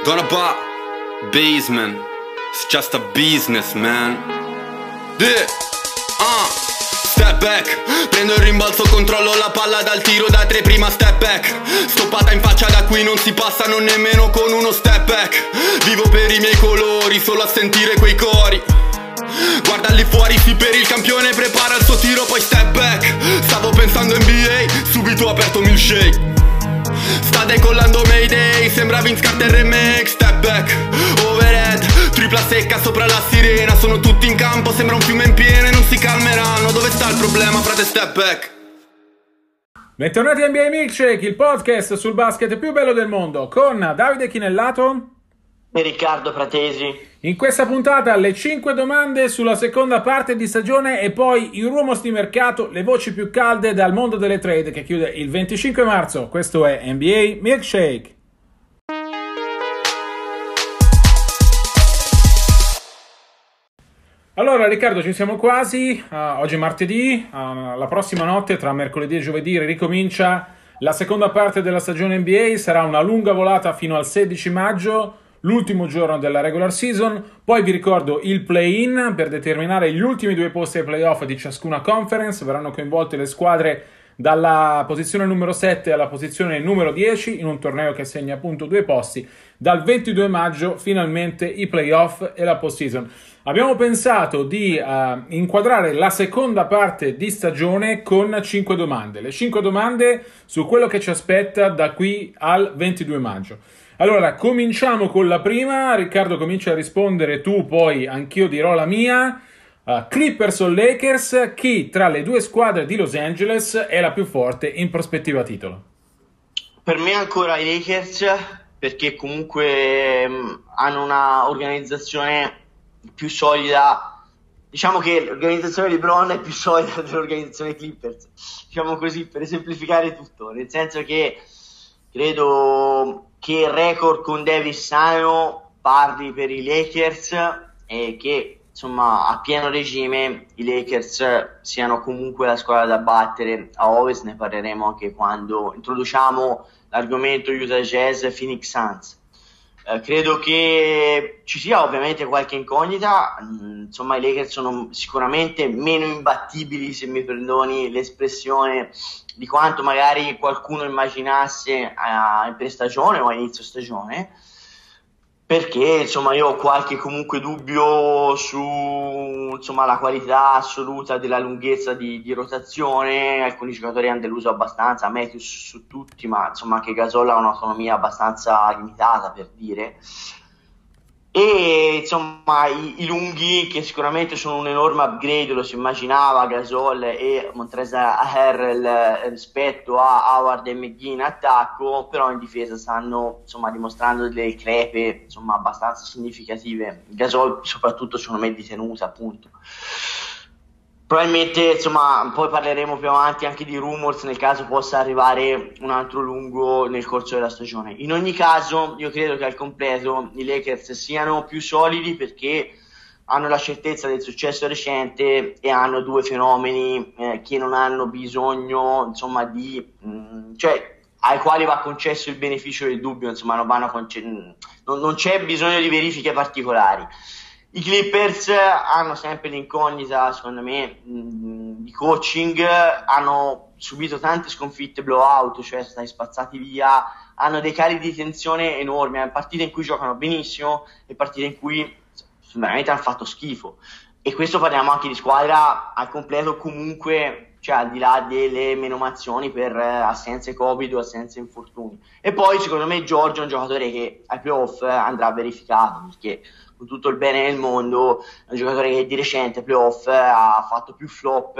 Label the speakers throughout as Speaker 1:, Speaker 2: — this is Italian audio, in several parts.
Speaker 1: Gonna buy basement. It's just a business, man. Step back, prendo il rimbalzo, controllo la palla dal tiro da tre, prima step back. Stoppata in faccia, da qui non si passa non nemmeno con uno step back. Vivo per i miei colori, solo a sentire quei cori. Guarda lì fuori, sì, per il campione, prepara il suo tiro, poi step back. Stavo pensando NBA, subito ho aperto milkshake. Sta decollando Mayday, sembra Vince Carter remake. Step back, overhead, tripla secca sopra la sirena. Sono tutti in campo, sembra un fiume in piena e non si calmeranno. Dove sta il problema, frate? Step back.
Speaker 2: Bentornati a NBA Milkshake, il podcast sul basket più bello del mondo, con Davide Chinellato
Speaker 3: e Riccardo Pratesi.
Speaker 2: In questa puntata le 5 domande sulla seconda parte di stagione e poi i rumors di mercato, le voci più calde dal mondo delle trade che chiude il 25 marzo. Questo è NBA Milkshake. Allora Riccardo, ci siamo quasi, oggi è martedì, la prossima notte tra mercoledì e giovedì ricomincia la seconda parte della stagione NBA, sarà una lunga volata fino al 16 maggio, l'ultimo giorno della regular season, poi vi ricordo il play-in per determinare gli ultimi due posti ai playoff di ciascuna conference, verranno coinvolte le squadre dalla posizione numero 7 alla posizione numero 10 in un torneo che segna appunto due posti. Dal 22 maggio finalmente i playoff e la post-season. Abbiamo pensato di inquadrare la seconda parte di stagione con 5 domande. Le 5 domande su quello che ci aspetta da qui al 22 maggio. Allora, cominciamo con la prima. Riccardo, comincia a rispondere tu, poi anch'io dirò la mia. Clippers o Lakers, chi tra le due squadre di Los Angeles è la più forte in prospettiva titolo?
Speaker 3: Per me ancora i Lakers, perché comunque hanno una organizzazione più solida. Diciamo che l'organizzazione LeBron è più solida dell'organizzazione Clippers, diciamo così, per esemplificare tutto, nel senso che credo che il record con Davis sano parli per i Lakers e che insomma a pieno regime i Lakers siano comunque la squadra da battere a Ovest. Ne parleremo anche quando introduciamo l'argomento Utah Jazz Phoenix Suns. Credo che ci sia ovviamente qualche incognita, insomma i Lakers sono sicuramente meno imbattibili, se mi perdoni l'espressione, di quanto magari qualcuno immaginasse in pre-stagione o a inizio stagione, perché insomma io ho qualche comunque dubbio su insomma la qualità assoluta della lunghezza di rotazione. Alcuni giocatori hanno deluso abbastanza, Matthews su tutti, ma insomma anche Gasol ha un'autonomia abbastanza limitata, per dire. E insomma i lunghi, che sicuramente sono un enorme upgrade, lo si immaginava, Gasol e Montrezl Harrell rispetto a Howard e McGee in attacco, però in difesa stanno insomma dimostrando delle crepe insomma abbastanza significative. Gasol soprattutto secondo me di tenuta, appunto. Probabilmente insomma poi parleremo più avanti anche di rumors nel caso possa arrivare un altro lungo nel corso della stagione. In ogni caso io credo che al completo i Lakers siano più solidi perché hanno la certezza del successo recente e hanno due fenomeni che non hanno bisogno insomma di cioè ai quali va concesso il beneficio del dubbio, insomma non c'è bisogno di verifiche particolari. I Clippers hanno sempre l'incognita, secondo me, di coaching, hanno subito tante sconfitte blowout, cioè sono stati spazzati via, hanno dei carichi di tensione enormi, partite in cui giocano benissimo e partite in cui veramente hanno fatto schifo. E questo parliamo anche di squadra al completo comunque, cioè al di là delle menomazioni per assenze Covid o assenze infortuni. E poi secondo me Giorgio è un giocatore che ai playoff andrà verificato, perché con tutto il bene del mondo è un giocatore che di recente playoff ha fatto più flop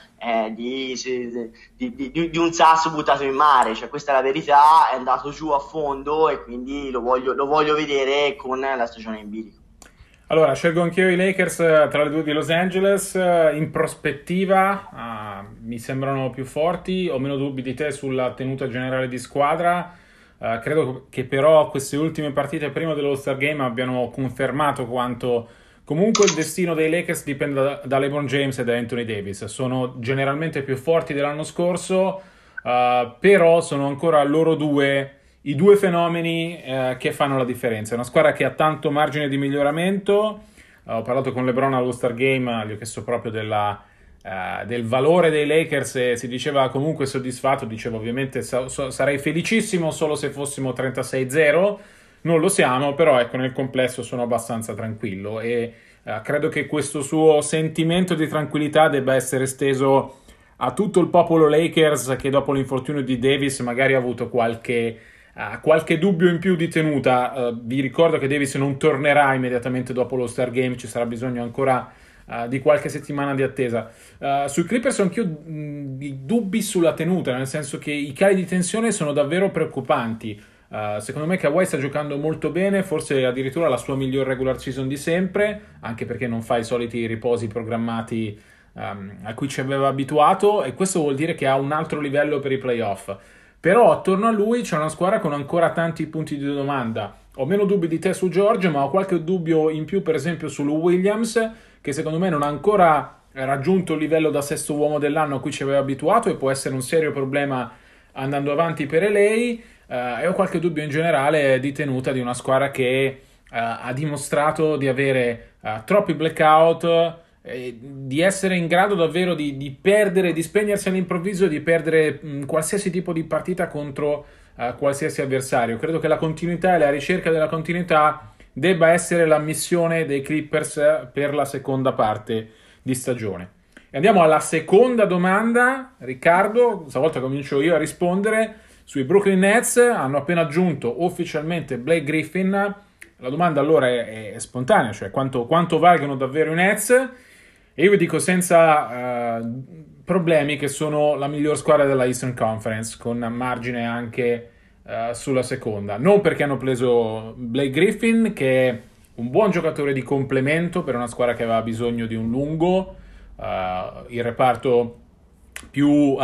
Speaker 3: di un sasso buttato in mare, cioè questa è la verità, è andato giù a fondo e quindi lo voglio vedere con la stagione in bilico.
Speaker 2: Allora, scelgo anch'io i Lakers tra le due di Los Angeles. In prospettiva mi sembrano più forti, ho meno dubbi di te sulla tenuta generale di squadra. Credo che però queste ultime partite prima dell'All-Star Game abbiano confermato quanto comunque il destino dei Lakers dipende da LeBron James e da Anthony Davis. Sono generalmente più forti dell'anno scorso, però sono ancora loro due i due fenomeni che fanno la differenza. È una squadra che ha tanto margine di miglioramento. Ho parlato con LeBron all'All-Star Game, gli ho chiesto proprio del valore dei Lakers e si diceva comunque soddisfatto. Dicevo ovviamente sarei felicissimo solo se fossimo 36-0, non lo siamo, però ecco, nel complesso sono abbastanza tranquillo e credo che questo suo sentimento di tranquillità debba essere esteso a tutto il popolo Lakers, che dopo l'infortunio di Davis magari ha avuto qualche dubbio in più di tenuta. Vi ricordo che Davis non tornerà immediatamente dopo lo Star Game, ci sarà bisogno ancora di qualche settimana di attesa. Sui Clippers ho anch'io dubbi sulla tenuta, nel senso che i cali di tensione sono davvero preoccupanti. Secondo me Kawhi sta giocando molto bene, forse addirittura la sua miglior regular season di sempre, anche perché non fa i soliti riposi programmati a cui ci aveva abituato, e questo vuol dire che ha un altro livello per i playoff. Però attorno a lui c'è una squadra con ancora tanti punti di domanda. Ho meno dubbi di te su George, ma ho qualche dubbio in più per esempio su Lou Williams, che secondo me non ha ancora raggiunto il livello da sesto uomo dell'anno a cui ci aveva abituato e può essere un serio problema andando avanti per LA. E ho qualche dubbio in generale di tenuta di una squadra che ha dimostrato di avere troppi blackout, di essere in grado davvero di perdere, di spegnersi all'improvviso, di perdere qualsiasi tipo di partita contro qualsiasi avversario. Credo che la continuità e la ricerca della continuità debba essere la missione dei Clippers per la seconda parte di stagione. E andiamo alla seconda domanda, Riccardo, stavolta comincio io a rispondere. Sui Brooklyn Nets hanno appena aggiunto ufficialmente Blake Griffin. La domanda allora è spontanea, cioè quanto valgono davvero i Nets? E io vi dico senza problemi che sono la miglior squadra della Eastern Conference, con margine anche sulla seconda. Non perché hanno preso Blake Griffin, che è un buon giocatore di complemento per una squadra che aveva bisogno di un lungo, il reparto più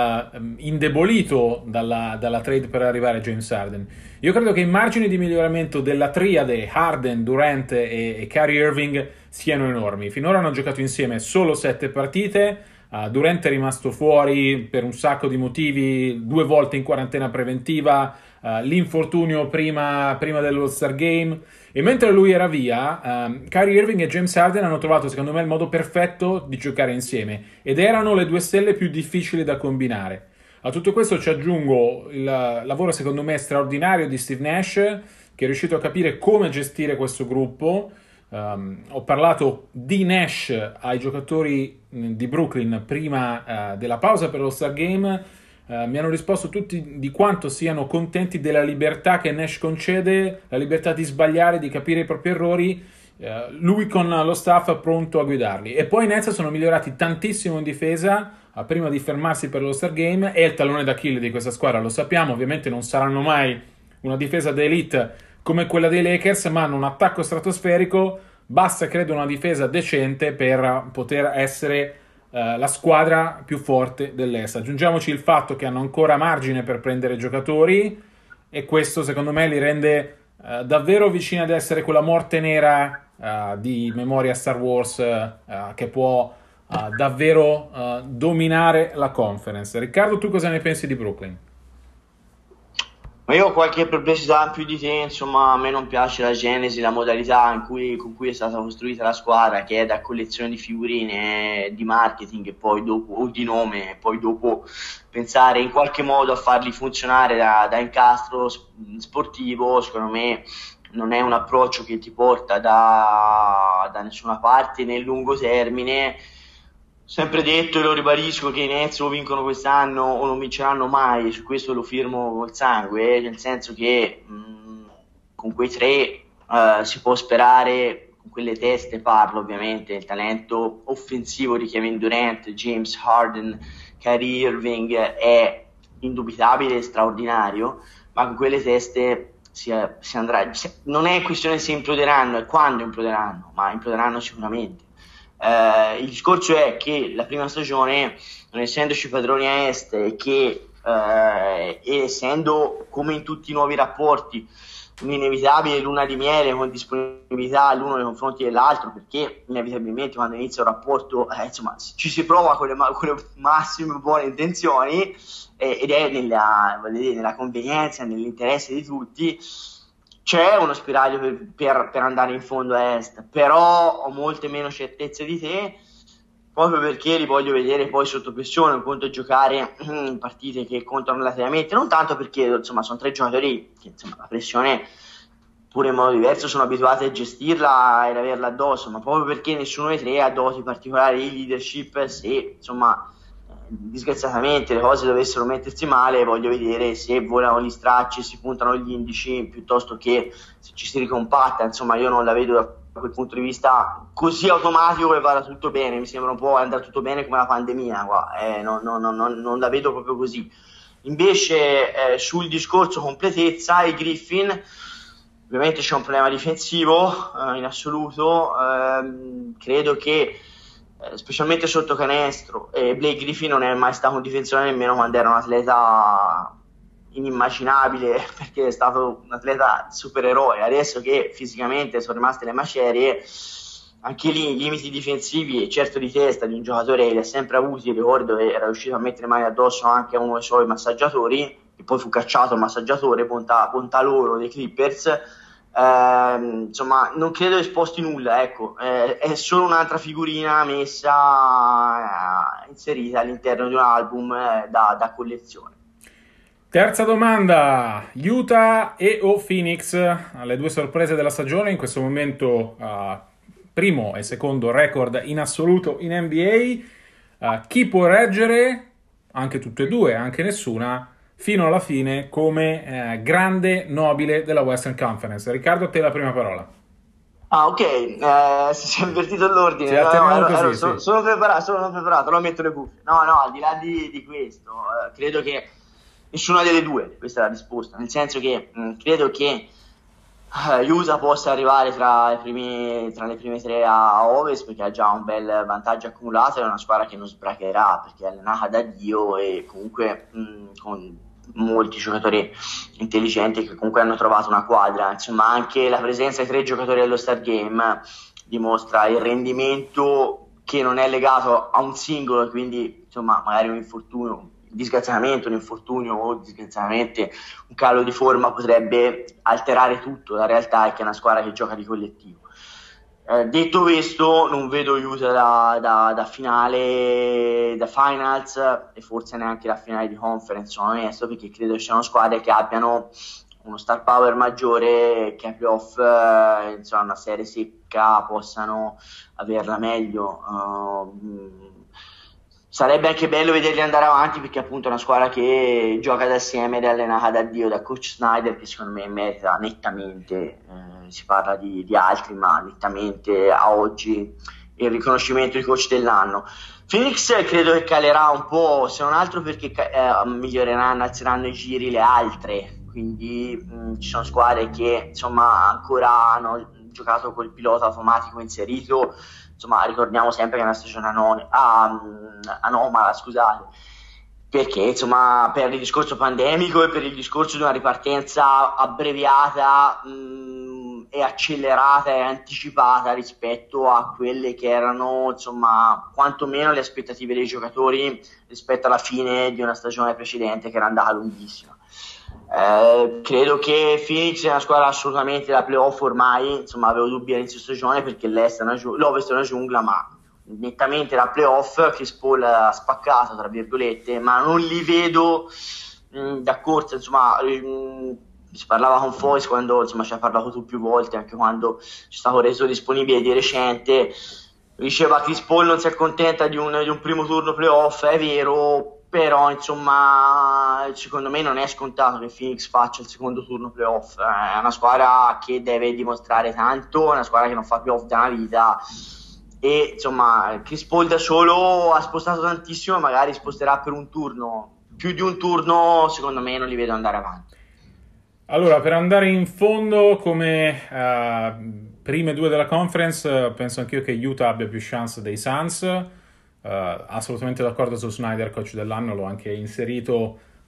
Speaker 2: indebolito dalla trade per arrivare a James Harden. Io credo che i margini di miglioramento della triade Harden, Durant e Kyrie Irving siano enormi. Finora hanno giocato insieme solo 7 partite. Durant è rimasto fuori per un sacco di motivi, 2 volte in quarantena preventiva, l'infortunio prima dell'All-Star Game, e mentre lui era via, Kyrie Irving e James Harden hanno trovato secondo me il modo perfetto di giocare insieme, ed erano le 2 stelle più difficili da combinare. A tutto questo ci aggiungo il lavoro secondo me straordinario di Steve Nash, che è riuscito a capire come gestire questo gruppo. Ho parlato di Nash ai giocatori di Brooklyn prima della pausa per lo Star Game. Mi hanno risposto tutti di quanto siano contenti della libertà che Nash concede, la libertà di sbagliare, di capire i propri errori, lui con lo staff pronto a guidarli. E poi i Nets sono migliorati tantissimo in difesa prima di fermarsi per lo Star Game. È il tallone d'Achille di questa squadra, lo sappiamo, ovviamente non saranno mai una difesa d'elite come quella dei Lakers, ma hanno un attacco stratosferico. Basta, credo, una difesa decente per poter essere la squadra più forte dell'Est. Aggiungiamoci il fatto che hanno ancora margine per prendere giocatori, e questo secondo me li rende davvero vicini ad essere quella morte nera di memoria Star Wars che può davvero dominare la conference. Riccardo, tu cosa ne pensi di Brooklyn?
Speaker 3: Ma io ho qualche perplessità in più di te, insomma. A me non piace la genesi, la modalità con cui è stata costruita la squadra, che è da collezione di figurine, di marketing e poi dopo, o di nome, e poi dopo pensare in qualche modo a farli funzionare da incastro sportivo. Secondo me non è un approccio che ti porta da nessuna parte nel lungo termine. Sempre detto e lo ribadisco che i Nets o vincono quest'anno o non vinceranno mai, su questo lo firmo col sangue, nel senso che con quei 3 si può sperare, con quelle teste parlo ovviamente, il talento offensivo di Kevin Durant, James Harden, Kyrie Irving è indubitabile e straordinario, ma con quelle teste si andrà. Non è questione se imploderanno, è quando imploderanno, ma imploderanno sicuramente. Il discorso è che la prima stagione, non essendoci padroni a est e essendo, come in tutti i nuovi rapporti, un'inevitabile luna di miele con disponibilità l'uno nei confronti dell'altro, perché inevitabilmente quando inizia un rapporto insomma ci si prova con le massime buone intenzioni, ed è nella convenienza, nell'interesse di tutti. C'è uno spiraglio per andare in fondo a est, però ho molte meno certezze di te, proprio perché li voglio vedere poi sotto pressione. Un conto è giocare partite che contano relativamente, non tanto perché insomma sono 3 giocatori che insomma la pressione pure in modo diverso sono abituati a gestirla ed averla addosso, ma proprio perché nessuno dei 3 ha doti particolari di leadership. Se insomma disgraziatamente le cose dovessero mettersi male, voglio vedere se volano gli stracci, si puntano gli indici, piuttosto che se ci si ricompatta. Insomma, io non la vedo da quel punto di vista così automatico che vada tutto bene. Mi sembra un po' andare tutto bene come la pandemia qua. Non la vedo proprio così. Invece sul discorso completezza, i Griffin, ovviamente c'è un problema difensivo in assoluto. Credo che specialmente sotto canestro, Blake Griffin non è mai stato un difensore nemmeno quando era un atleta inimmaginabile, perché è stato un atleta supereroe. Adesso che fisicamente sono rimaste le macerie, anche lì i limiti difensivi, certo di testa, di un giocatore che li ha sempre avuti. Ricordo che era riuscito a mettere mani addosso anche a uno dei suoi massaggiatori, che poi fu cacciato il massaggiatore, bontà loro dei Clippers. Insomma, non credo esposti nulla, ecco. È solo un'altra figurina messa, inserita all'interno di un album da collezione.
Speaker 2: Terza domanda: Utah o Phoenix, le 2 sorprese della stagione in questo momento, primo e secondo record in assoluto in NBA. Chi può reggere, anche tutte e 2, anche nessuna, fino alla fine come grande nobile della Western Conference? Riccardo, a te la prima parola.
Speaker 3: Ok, si è invertito l'ordine. Sono preparato, lo metto le cuffie. No, al di là di questo, credo che nessuna delle 2, questa è la risposta, nel senso che credo che Utah possa arrivare tra le prime 3 a Ovest, perché ha già un bel vantaggio accumulato. È una squadra che non sbracherà perché è allenata da Dio, e comunque con molti giocatori intelligenti che comunque hanno trovato una quadra. Insomma, anche la presenza di 3 giocatori allo Star Game dimostra il rendimento che non è legato a un singolo, quindi insomma magari un infortunio, disgraziatamente un infortunio o disgraziatamente un calo di forma potrebbe alterare tutto. La realtà è che è una squadra che gioca di collettivo. Detto questo, non vedo Utah da finale, da finals, e forse neanche la finale di conference, sono onesto, perché credo siano squadre che abbiano uno star power maggiore, che ai playoff, insomma, una serie secca possano averla meglio. Sarebbe anche bello vederli andare avanti, perché appunto è una squadra che gioca d'assieme ed è allenata da Dio, da coach Snyder, che secondo me merita nettamente, si parla di altri, ma nettamente a oggi, il riconoscimento di coach dell'anno. Phoenix credo che calerà un po', se non altro perché miglioreranno, alzeranno i giri le altre, quindi ci sono squadre che insomma ancora hanno giocato col pilota automatico inserito. Insomma, ricordiamo sempre che è una stagione anomala, scusate, perché insomma per il discorso pandemico e per il discorso di una ripartenza abbreviata e accelerata e anticipata rispetto a quelle che erano insomma quantomeno le aspettative dei giocatori rispetto alla fine di una stagione precedente che era andata lunghissima. Credo che Phoenix è una squadra assolutamente da playoff ormai. Insomma, avevo dubbi all'inizio stagione perché l'Ovest è una giungla, ma nettamente da playoff. Chris Paul ha spaccato, tra virgolette, ma non li vedo da corsa. Insomma, si parlava con Foyce quando insomma ci hai parlato tu più volte, anche quando c'è stato reso disponibile di recente. Diceva Chris Paul non si accontenta di un primo turno playoff, è vero, però insomma secondo me non è scontato che Phoenix faccia il secondo turno playoff. È una squadra che deve dimostrare tanto, è una squadra che non fa playoff da una vita, e insomma Chris Paul da solo ha spostato tantissimo, magari sposterà per un turno, più di un turno secondo me non li vedo andare avanti.
Speaker 2: Allora, per andare in fondo come prime 2 della conference, penso anch'io che Utah abbia più chance dei Suns. Assolutamente d'accordo su Snyder, coach dell'anno, l'ho anche inserito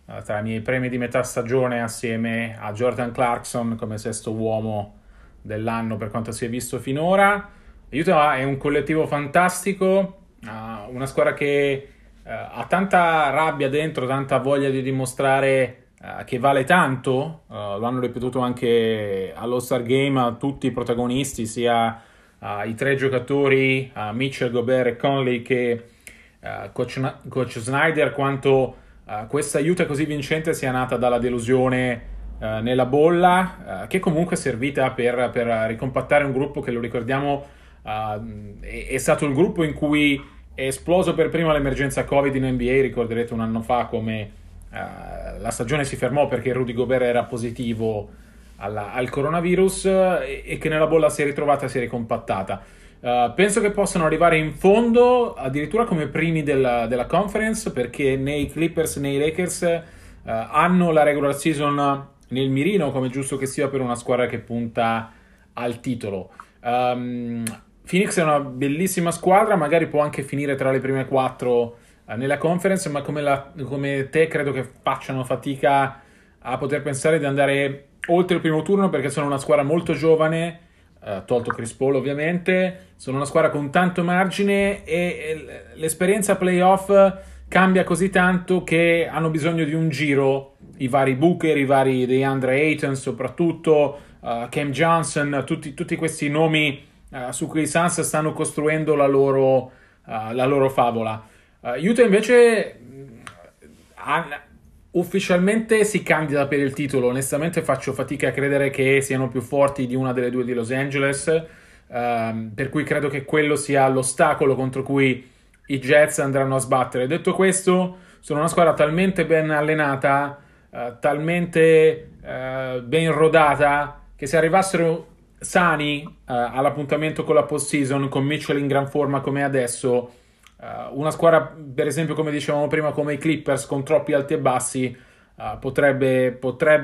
Speaker 2: tra i miei premi di metà stagione assieme a Jordan Clarkson come sesto uomo dell'anno per quanto si è visto finora. Utah è un collettivo fantastico, una squadra che ha tanta rabbia dentro, tanta voglia di dimostrare che vale tanto. Lo hanno ripetuto anche all'All-Star Game a tutti i protagonisti, sia i tre giocatori, Mitchell, Gobert e Conley, che coach Snyder, quanto questa Utah così vincente sia nata dalla delusione nella bolla, che comunque è servita per ricompattare un gruppo che, lo ricordiamo, è stato il gruppo in cui è esploso per prima l'emergenza Covid in NBA. Ricorderete un anno fa come la stagione si fermò perché Rudy Gobert era positivo al coronavirus, e che nella bolla si è ritrovata e si è ricompattata. Penso che possano arrivare in fondo addirittura come primi della conference, perché né i Clippers né i Lakers hanno la regular season nel mirino, come giusto che sia per una squadra che punta al titolo. Phoenix è una bellissima squadra, magari può anche finire tra le prime 4 nella conference, ma come te credo che facciano fatica a poter pensare di andare oltre il primo turno, perché sono una squadra molto giovane, tolto Chris Paul ovviamente, sono una squadra con tanto margine e l'esperienza playoff cambia così tanto che hanno bisogno di un giro, i vari Booker, i vari DeAndre Ayton soprattutto, Cam Johnson, tutti questi nomi su cui i Suns stanno costruendo la loro favola. Utah invece ufficialmente si candida per il titolo. Onestamente faccio fatica a credere che siano più forti di una delle due di Los Angeles, per cui credo che quello sia l'ostacolo contro cui i Jazz andranno a sbattere. Detto questo, sono una squadra talmente ben allenata, talmente ben rodata, che se arrivassero sani all'appuntamento con la postseason, con Mitchell in gran forma come adesso, una squadra per esempio come dicevamo prima come i Clippers, con troppi alti e bassi, potrebbe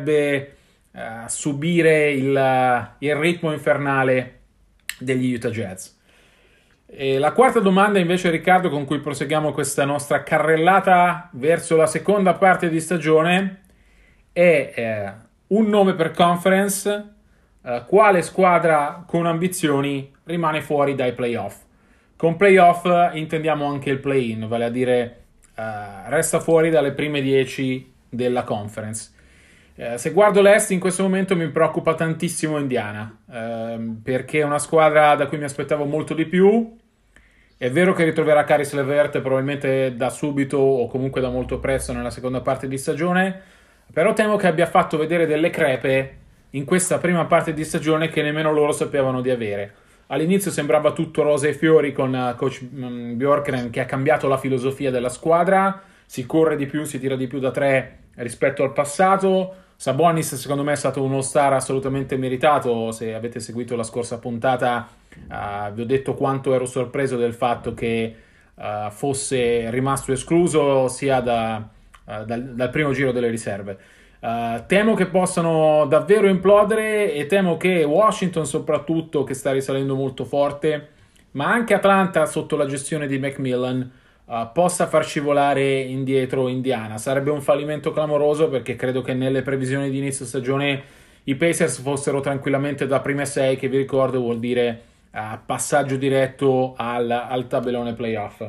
Speaker 2: subire il ritmo infernale degli Utah Jazz. E la quarta domanda invece, Riccardo, con cui proseguiamo questa nostra carrellata verso la seconda parte di stagione, è un nome per conference. Quale squadra con ambizioni rimane fuori dai playoff? Con playoff intendiamo anche il play-in, vale a dire resta fuori dalle prime 10 della conference. Se guardo l'Est, in questo momento mi preoccupa tantissimo Indiana, perché è una squadra da cui mi aspettavo molto di più. È vero che ritroverà Caris LeVert probabilmente da subito o comunque da molto presto nella seconda parte di stagione, però temo che abbia fatto vedere delle crepe in questa prima parte di stagione che nemmeno loro sapevano di avere. All'inizio sembrava tutto rose e fiori con coach Bjorkgren, che ha cambiato la filosofia della squadra, si corre di più, si tira di più da 3 rispetto al passato. Sabonis secondo me è stato uno star assolutamente meritato. Se avete seguito la scorsa puntata vi ho detto quanto ero sorpreso del fatto che fosse rimasto escluso sia dal primo giro delle riserve. Temo che possano davvero implodere, e temo che Washington soprattutto, che sta risalendo molto forte, ma anche Atlanta sotto la gestione di McMillan, possa far scivolare indietro Indiana. Sarebbe un fallimento clamoroso, perché credo che nelle previsioni di inizio stagione i Pacers fossero tranquillamente da prime 6, che vi ricordo vuol dire passaggio diretto al tabellone playoff.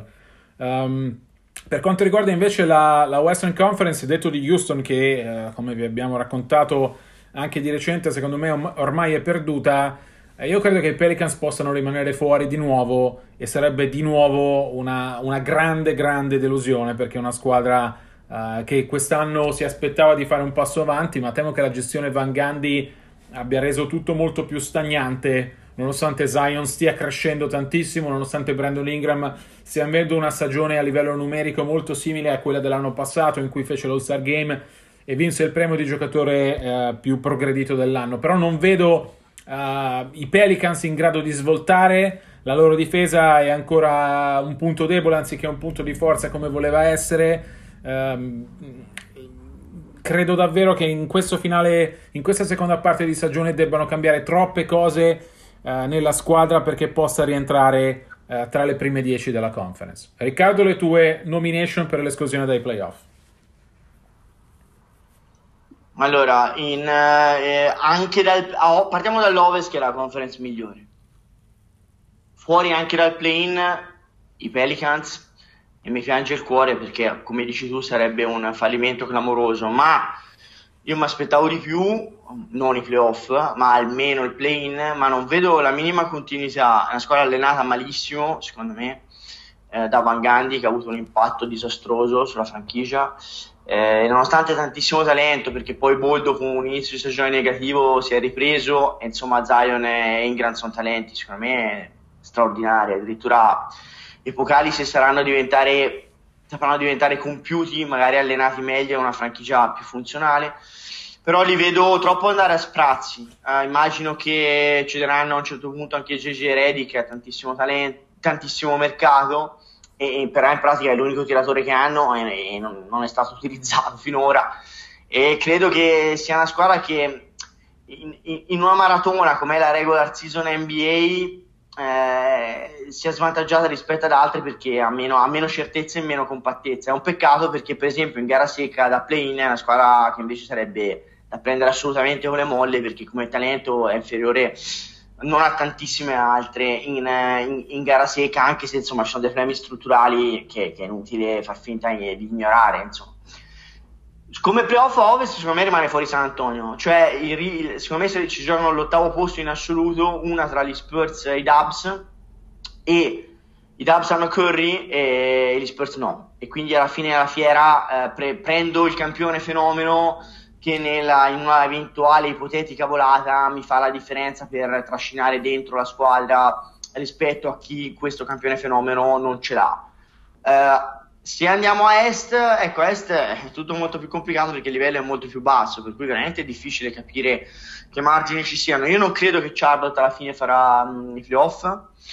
Speaker 2: Per quanto riguarda invece la Western Conference, detto di Houston che come vi abbiamo raccontato anche di recente, secondo me ormai è perduta, io credo che i Pelicans possano rimanere fuori di nuovo, e sarebbe di nuovo una grande delusione, perché è una squadra che quest'anno si aspettava di fare un passo avanti, ma temo che la gestione Van Gundy abbia reso tutto molto più stagnante, nonostante Zion stia crescendo tantissimo, nonostante Brandon Ingram stia avendo una stagione a livello numerico molto simile a quella dell'anno passato, in cui fece l'All-Star Game e vinse il premio di giocatore più progredito dell'anno. Però non vedo i Pelicans in grado di svoltare. La loro difesa è ancora un punto debole anziché un punto di forza come voleva essere. Credo davvero che in questa seconda parte di stagione debbano cambiare troppe cose nella squadra perché possa rientrare tra le prime 10 della conference. Riccardo, le tue nomination per l'esclusione dai playoff?
Speaker 3: Allora, partiamo dall'Ovest, che è la conference migliore. Fuori anche dal play-in, i Pelicans, e mi piange il cuore perché, come dici tu, sarebbe un fallimento clamoroso, ma io mi aspettavo di più, non i playoff, ma almeno il play-in, ma non vedo la minima continuità. È una squadra allenata malissimo, secondo me, da Van Gundy, che ha avuto un impatto disastroso sulla franchigia. Nonostante tantissimo talento, perché poi Ball dopo un inizio di stagione negativo si è ripreso, e insomma Zion e Ingram sono talenti secondo me straordinari, addirittura epocali se sapranno diventare compiuti, magari allenati meglio, in una franchigia più funzionale. Però li vedo troppo andare a sprazzi. Immagino che cederanno a un certo punto anche JJ Redick, che ha tantissimo talento, tantissimo mercato, però in pratica è l'unico tiratore che hanno e non è stato utilizzato finora, e credo che sia una squadra che in una maratona come è la regular season NBA sia svantaggiata rispetto ad altre, perché ha meno certezza e meno compattezza. È un peccato, perché per esempio in gara secca da play-in è una squadra che invece sarebbe da prendere assolutamente con le molle, perché come talento è inferiore, non ha tantissime altre in gara secca, anche se insomma ci sono dei problemi strutturali che è inutile far finta di ignorare. Insomma, come playoff a Ovest secondo me rimane fuori San Antonio, cioè secondo me se ci giocano all'8º posto in assoluto, una tra gli Spurs e i Dubs, e i Dubs hanno Curry e gli Spurs no, e quindi alla fine della fiera prendo il campione fenomeno, che in una eventuale ipotetica volata mi fa la differenza per trascinare dentro la squadra rispetto a chi questo campione fenomeno non ce l'ha. Se andiamo a Est, ecco, a Est è tutto molto più complicato perché il livello è molto più basso, per cui veramente è difficile capire che margini ci siano. Io non credo che Charlotte alla fine farà i playoff,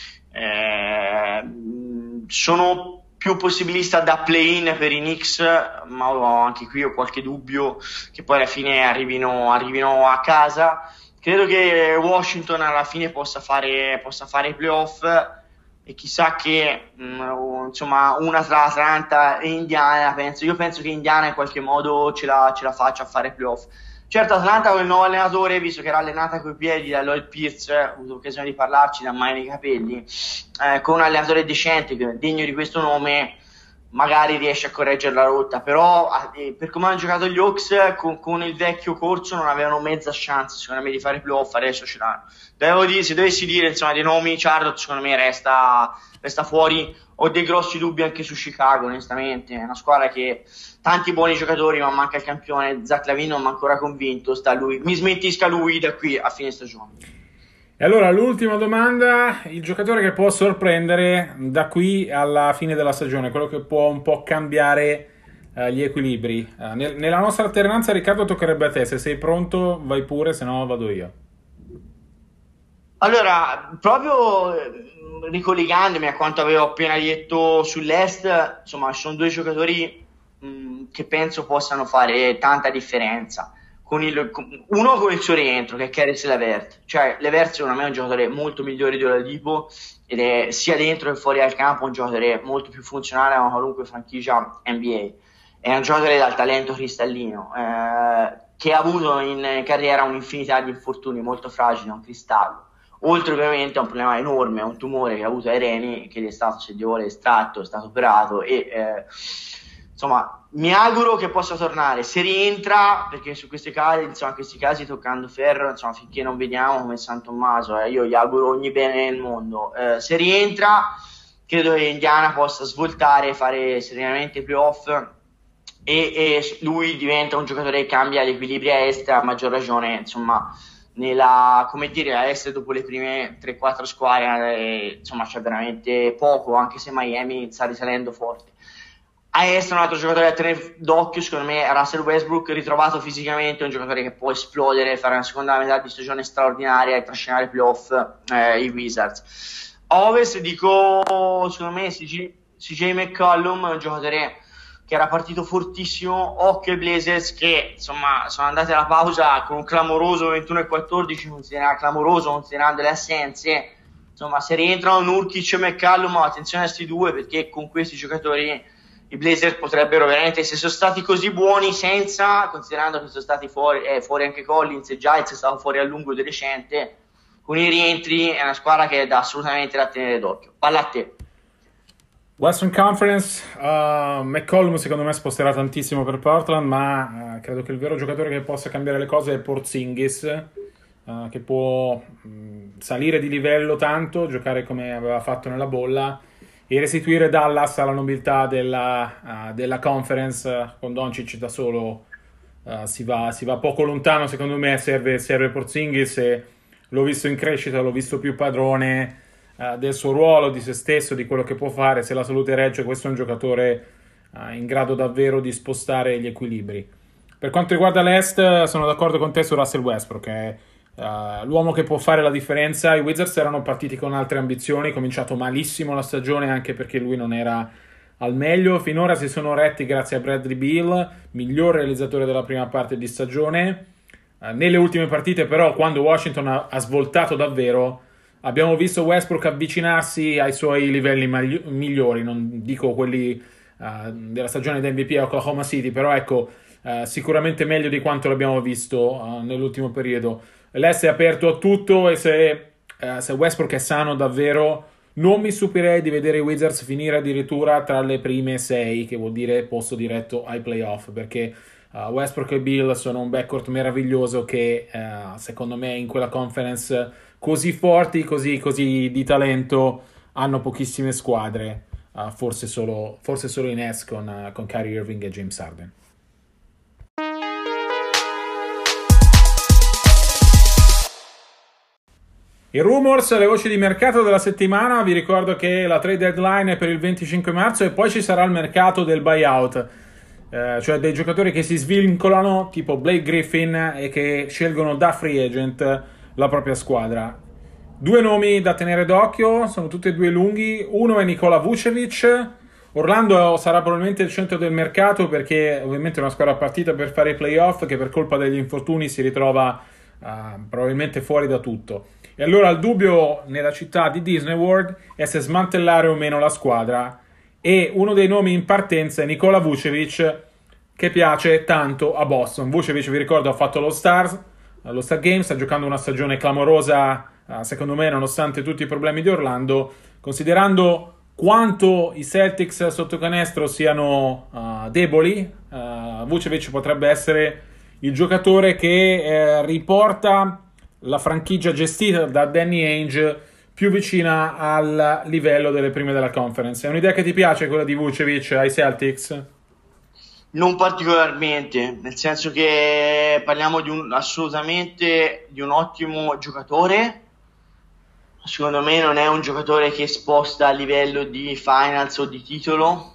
Speaker 3: sono più possibilista da play-in per i Knicks, ma anche qui ho qualche dubbio che poi alla fine arrivino a casa. Credo che Washington alla fine possa fare i playoff, e chissà che insomma una tra Atlanta e Indiana, io penso che Indiana in qualche modo ce la faccia a fare playoff. Certo, Atlanta con il nuovo allenatore, visto che era allenata coi piedi da Lloyd Pierce, ho avuto occasione di parlarci da mai nei capelli, con un allenatore decente, degno di questo nome, magari riesce a correggere la rotta. Però per come hanno giocato gli Hawks con il vecchio corso non avevano mezza chance secondo me di fare playoff, adesso ce l'hanno. Se dovessi dire insomma dei nomi, Charlotte secondo me resta fuori. Ho dei grossi dubbi anche su Chicago, onestamente. È una squadra che tanti buoni giocatori, ma manca il campione. Zach LaVine non mi ha ancora convinto, mi smentisca lui da qui a fine stagione.
Speaker 2: E allora l'ultima domanda: il giocatore che può sorprendere da qui alla fine della stagione, quello che può un po' cambiare gli equilibri. Nella nostra alternanza, Riccardo, toccherebbe a te. Se sei pronto vai pure, se no vado io.
Speaker 3: Allora, proprio ricollegandomi a quanto avevo appena detto sull'Est, insomma ci sono due giocatori che penso possano fare tanta differenza. Uno con il suo rientro, che è Caris LeVert. Cioè LeVert secondo me è un giocatore molto migliore di Oladipo, ed è sia dentro che fuori dal campo un giocatore molto più funzionale a una qualunque franchigia NBA. È un giocatore dal talento cristallino, che ha avuto in carriera un'infinità di infortuni, molto fragile, un cristallo. Oltre ovviamente a un problema enorme, un tumore che ha avuto ai reni, che gli è stato, se Dio vuole, estratto, è stato operato, e insomma mi auguro che possa tornare. Se rientra, perché su questi casi toccando ferro, insomma, finché non vediamo come San Tommaso, io gli auguro ogni bene nel mondo. Se rientra, credo che Indiana possa svoltare, fare serenamente i playoff, e lui diventa un giocatore che cambia gli equilibri a Est, a maggior ragione insomma a Est dopo le prime 3-4 squadre, insomma c'è veramente poco, anche se Miami sta risalendo forte. A Est un altro giocatore da tenere d'occhio secondo me è Russell Westbrook, ritrovato fisicamente, un giocatore che può esplodere, fare una seconda metà di stagione straordinaria e trascinare i playoff i Wizards. A Ovest dico secondo me CJ McCollum, un giocatore che era partito fortissimo. Occhio ai Blazers, che insomma sono andati alla pausa con un clamoroso 21-14, considerando le assenze. Insomma, se rientrano Nurkic e McCallum, attenzione a questi due, perché con questi giocatori i Blazers potrebbero veramente, se sono stati così buoni senza, considerando che sono stati fuori anche Collins e Giles è stato fuori a lungo di recente, con i rientri è una squadra che è assolutamente da tenere d'occhio. Palla a te.
Speaker 2: Western Conference, McCollum secondo me sposterà tantissimo per Portland, ma credo che il vero giocatore che possa cambiare le cose è Porzingis, che può salire di livello tanto, giocare come aveva fatto nella bolla e restituire Dallas alla nobiltà della conference. Con Doncic da solo si va poco lontano, secondo me serve Porzingis, e l'ho visto in crescita, l'ho visto più padrone del suo ruolo, di se stesso, di quello che può fare. Se la salute regge, questo è un giocatore in grado davvero di spostare gli equilibri. Per quanto riguarda l'Est, sono d'accordo con te su Russell Westbrook, che è l'uomo che può fare la differenza. I Wizards erano partiti con altre ambizioni, cominciato malissimo la stagione anche perché lui non era al meglio. Finora si sono retti grazie a Bradley Beal, miglior realizzatore della prima parte di stagione. Nelle ultime partite però, quando Washington ha svoltato davvero, abbiamo visto Westbrook avvicinarsi ai suoi livelli migliori, non dico quelli della stagione da MVP a Oklahoma City, però ecco, sicuramente meglio di quanto l'abbiamo visto nell'ultimo periodo. L'Est è aperto a tutto, e se Westbrook è sano davvero, non mi stupirei di vedere i Wizards finire addirittura tra le prime 6, che vuol dire posto diretto ai playoff, perché Westbrook e Beal sono un backcourt meraviglioso che secondo me in quella conference così forti, così di talento, hanno pochissime squadre, forse solo i Nets con Kyrie Irving e James Harden. I rumors, le voci di mercato della settimana. Vi ricordo che la trade deadline è per il 25 marzo e poi ci sarà il mercato del buyout, cioè dei giocatori che si svincolano, tipo Blake Griffin, e che scelgono da free agent la propria squadra. 2 nomi da tenere d'occhio, sono tutti e 2 lunghi. Uno è Nikola Vucevic. Orlando sarà probabilmente il centro del mercato, perché ovviamente è una squadra partita per fare i playoff, che per colpa degli infortuni si ritrova probabilmente fuori da tutto. E allora il dubbio nella città di Disney World è se smantellare o meno la squadra, e uno dei nomi in partenza è Nikola Vucevic, che piace tanto a Boston. Vucevic, vi ricordo, ha fatto lo Star Game, sta giocando una stagione clamorosa, secondo me, nonostante tutti i problemi di Orlando. Considerando quanto i Celtics sotto canestro siano deboli, Vucevic potrebbe essere il giocatore che riporta la franchigia gestita da Danny Ainge più vicina al livello delle prime della conference. È un'idea che ti piace, quella di Vucevic ai Celtics?
Speaker 3: Non particolarmente, nel senso che parliamo assolutamente di un ottimo giocatore. Secondo me non è un giocatore che sposta a livello di finals o di titolo.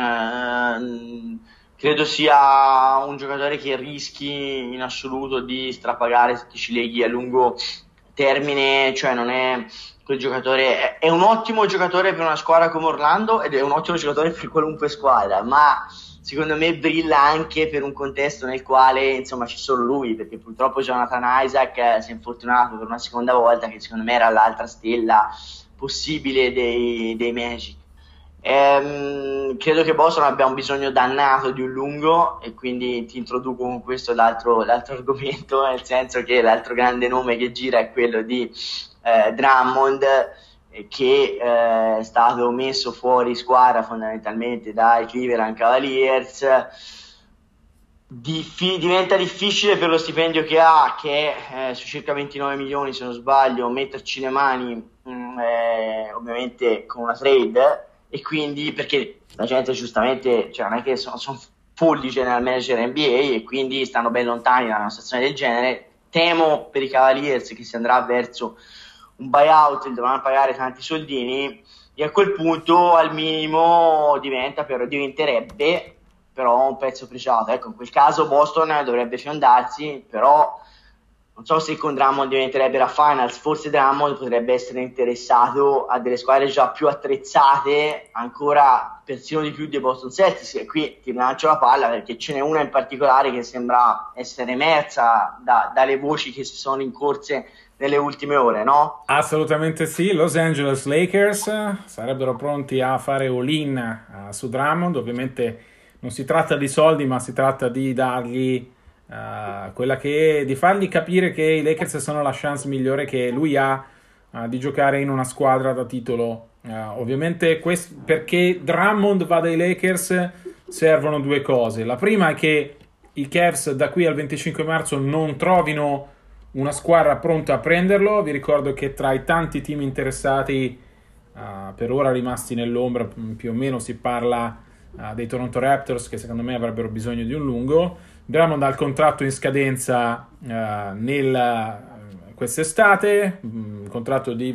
Speaker 3: Credo sia un giocatore che rischi in assoluto di strapagare se ti ci leghi a lungo termine, cioè non è quel giocatore, è un ottimo giocatore per una squadra come Orlando ed è un ottimo giocatore per qualunque squadra, ma secondo me brilla anche per un contesto nel quale insomma c'è solo lui, perché purtroppo Jonathan Isaac si è infortunato per una seconda volta, che secondo me era l'altra stella possibile dei Magic. Credo che Boston abbia un bisogno dannato di un lungo, e quindi ti introduco con questo l'altro argomento, nel senso che l'altro grande nome che gira è quello di Drummond, che è stato messo fuori squadra fondamentalmente dai Cleveland Cavaliers. Diventa difficile per lo stipendio che ha, che è su circa 29 milioni se non sbaglio, metterci le mani ovviamente con una trade, e quindi perché la gente giustamente, cioè non è che sono folli general manager NBA, e quindi stanno ben lontani da una situazione del genere. Temo per i Cavaliers che si andrà verso un buyout, dovranno pagare tanti soldini, e a quel punto al minimo diventerebbe però un pezzo pregiato. Ecco, in quel caso Boston dovrebbe fiondarsi, però non so se con Drummond diventerebbero a finals, forse Drummond potrebbe essere interessato a delle squadre già più attrezzate, ancora persino di più dei Boston Celtics, e qui ti lancio la palla perché ce n'è una in particolare che sembra essere emersa dalle voci che si sono rincorse nelle ultime ore, no?
Speaker 2: Assolutamente sì, Los Angeles Lakers sarebbero pronti a fare all-in su Drummond. Ovviamente non si tratta di soldi, ma si tratta di dargli di fargli capire che i Lakers sono la chance migliore che lui ha di giocare in una squadra da titolo. Ovviamente perché Drummond vada ai Lakers servono due cose. La prima è che i Cavs da qui al 25 marzo non trovino una squadra pronta a prenderlo. Vi ricordo che tra i tanti team interessati per ora rimasti nell'ombra, più o meno si parla dei Toronto Raptors, che secondo me avrebbero bisogno di un lungo. Drummond ha il contratto in scadenza quest'estate, un contratto di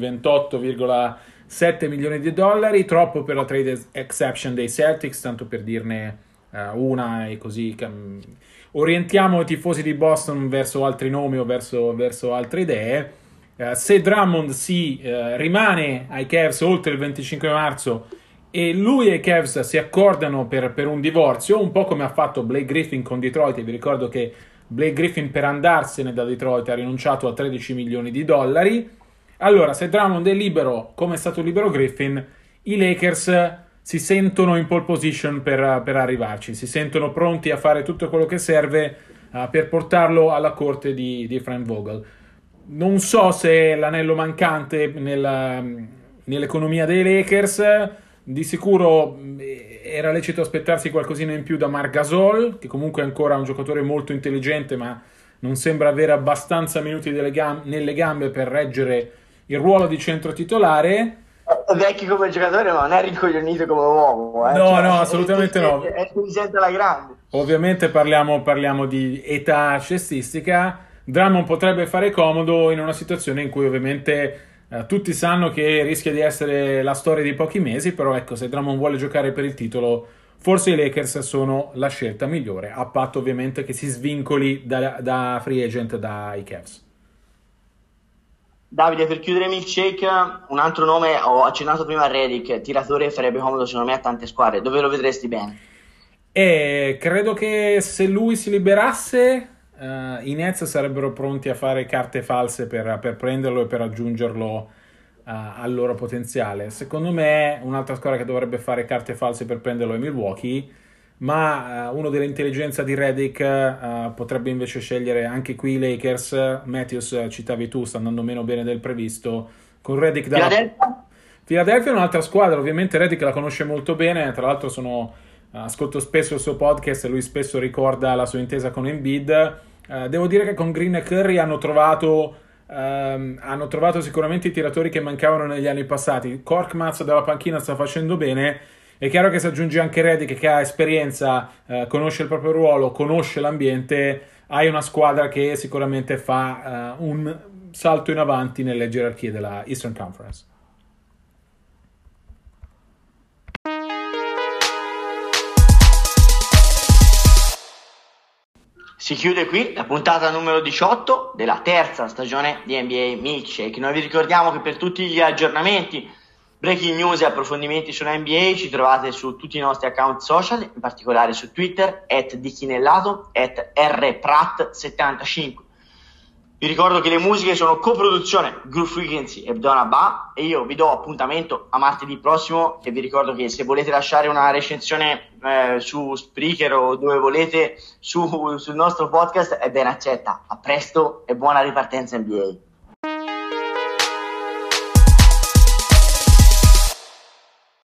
Speaker 2: 28,7 milioni di dollari, troppo per la trade exception dei Celtics, tanto per dirne una, e così orientiamo i tifosi di Boston verso altri nomi o verso altre idee. Se Drummond rimane ai Cavs oltre il 25 marzo e lui e i Cavs si accordano per un divorzio, un po' come ha fatto Blake Griffin con Detroit. Vi ricordo che Blake Griffin per andarsene da Detroit ha rinunciato a 13 milioni di dollari. Allora, se Drummond è libero, come è stato libero Griffin, i Lakers si sentono in pole position per arrivarci, si sentono pronti a fare tutto quello che serve per portarlo alla corte di Frank Vogel. Non so se è l'anello mancante nell'economia dei Lakers. Di sicuro era lecito aspettarsi qualcosina in più da Marc Gasol, che comunque è ancora un giocatore molto intelligente, ma non sembra avere abbastanza minuti nelle gambe per reggere il ruolo di centro titolare.
Speaker 3: È vecchio come giocatore, ma non è rincoglionito come uomo.
Speaker 2: No, assolutamente no.
Speaker 3: È intelligente alla grande.
Speaker 2: Ovviamente parliamo di età cestistica. Drummond potrebbe fare comodo in una situazione in cui ovviamente tutti sanno che rischia di essere la storia di pochi mesi, però ecco, se Drummond vuole giocare per il titolo, forse i Lakers sono la scelta migliore, a patto ovviamente che si svincoli da free agent dai Cavs.
Speaker 3: Davide, per chiudere Milkshake, un altro nome, ho accennato prima a Redick, tiratore, farebbe comodo secondo me a tante squadre. Dove lo vedresti bene?
Speaker 2: Credo che se lui si liberasse, i Nets sarebbero pronti a fare carte false per prenderlo e per aggiungerlo al loro potenziale. Secondo me un'altra squadra che dovrebbe fare carte false per prenderlo è Milwaukee, ma uno dell'intelligenza di Redick potrebbe invece scegliere anche qui i Lakers. Matthews, citavi tu, sta andando meno bene del previsto con Redick Philadelphia è un'altra squadra. Ovviamente Redick la conosce molto bene, tra l'altro ascolto spesso il suo podcast e lui spesso ricorda la sua intesa con Embiid. Devo dire che con Green e Curry hanno trovato sicuramente i tiratori che mancavano negli anni passati. Korkmaz dalla panchina sta facendo bene. È chiaro che se aggiungi anche Redick, che ha esperienza, conosce il proprio ruolo, conosce l'ambiente, hai una squadra che sicuramente fa un salto in avanti nelle gerarchie della Eastern Conference.
Speaker 3: Si chiude qui la puntata numero 18 della terza stagione di NBA Milkshake. Noi vi ricordiamo che per tutti gli aggiornamenti, breaking news e approfondimenti sulla NBA ci trovate su tutti i nostri account social, in particolare su Twitter, @dichinellato, @rprat75. Vi ricordo che le musiche sono coproduzione Groove Frequency e Donna Ba, e io vi do appuntamento a martedì prossimo, e vi ricordo che se volete lasciare una recensione su Spreaker o dove volete sul nostro podcast è ben accetta. A presto e buona ripartenza NBA.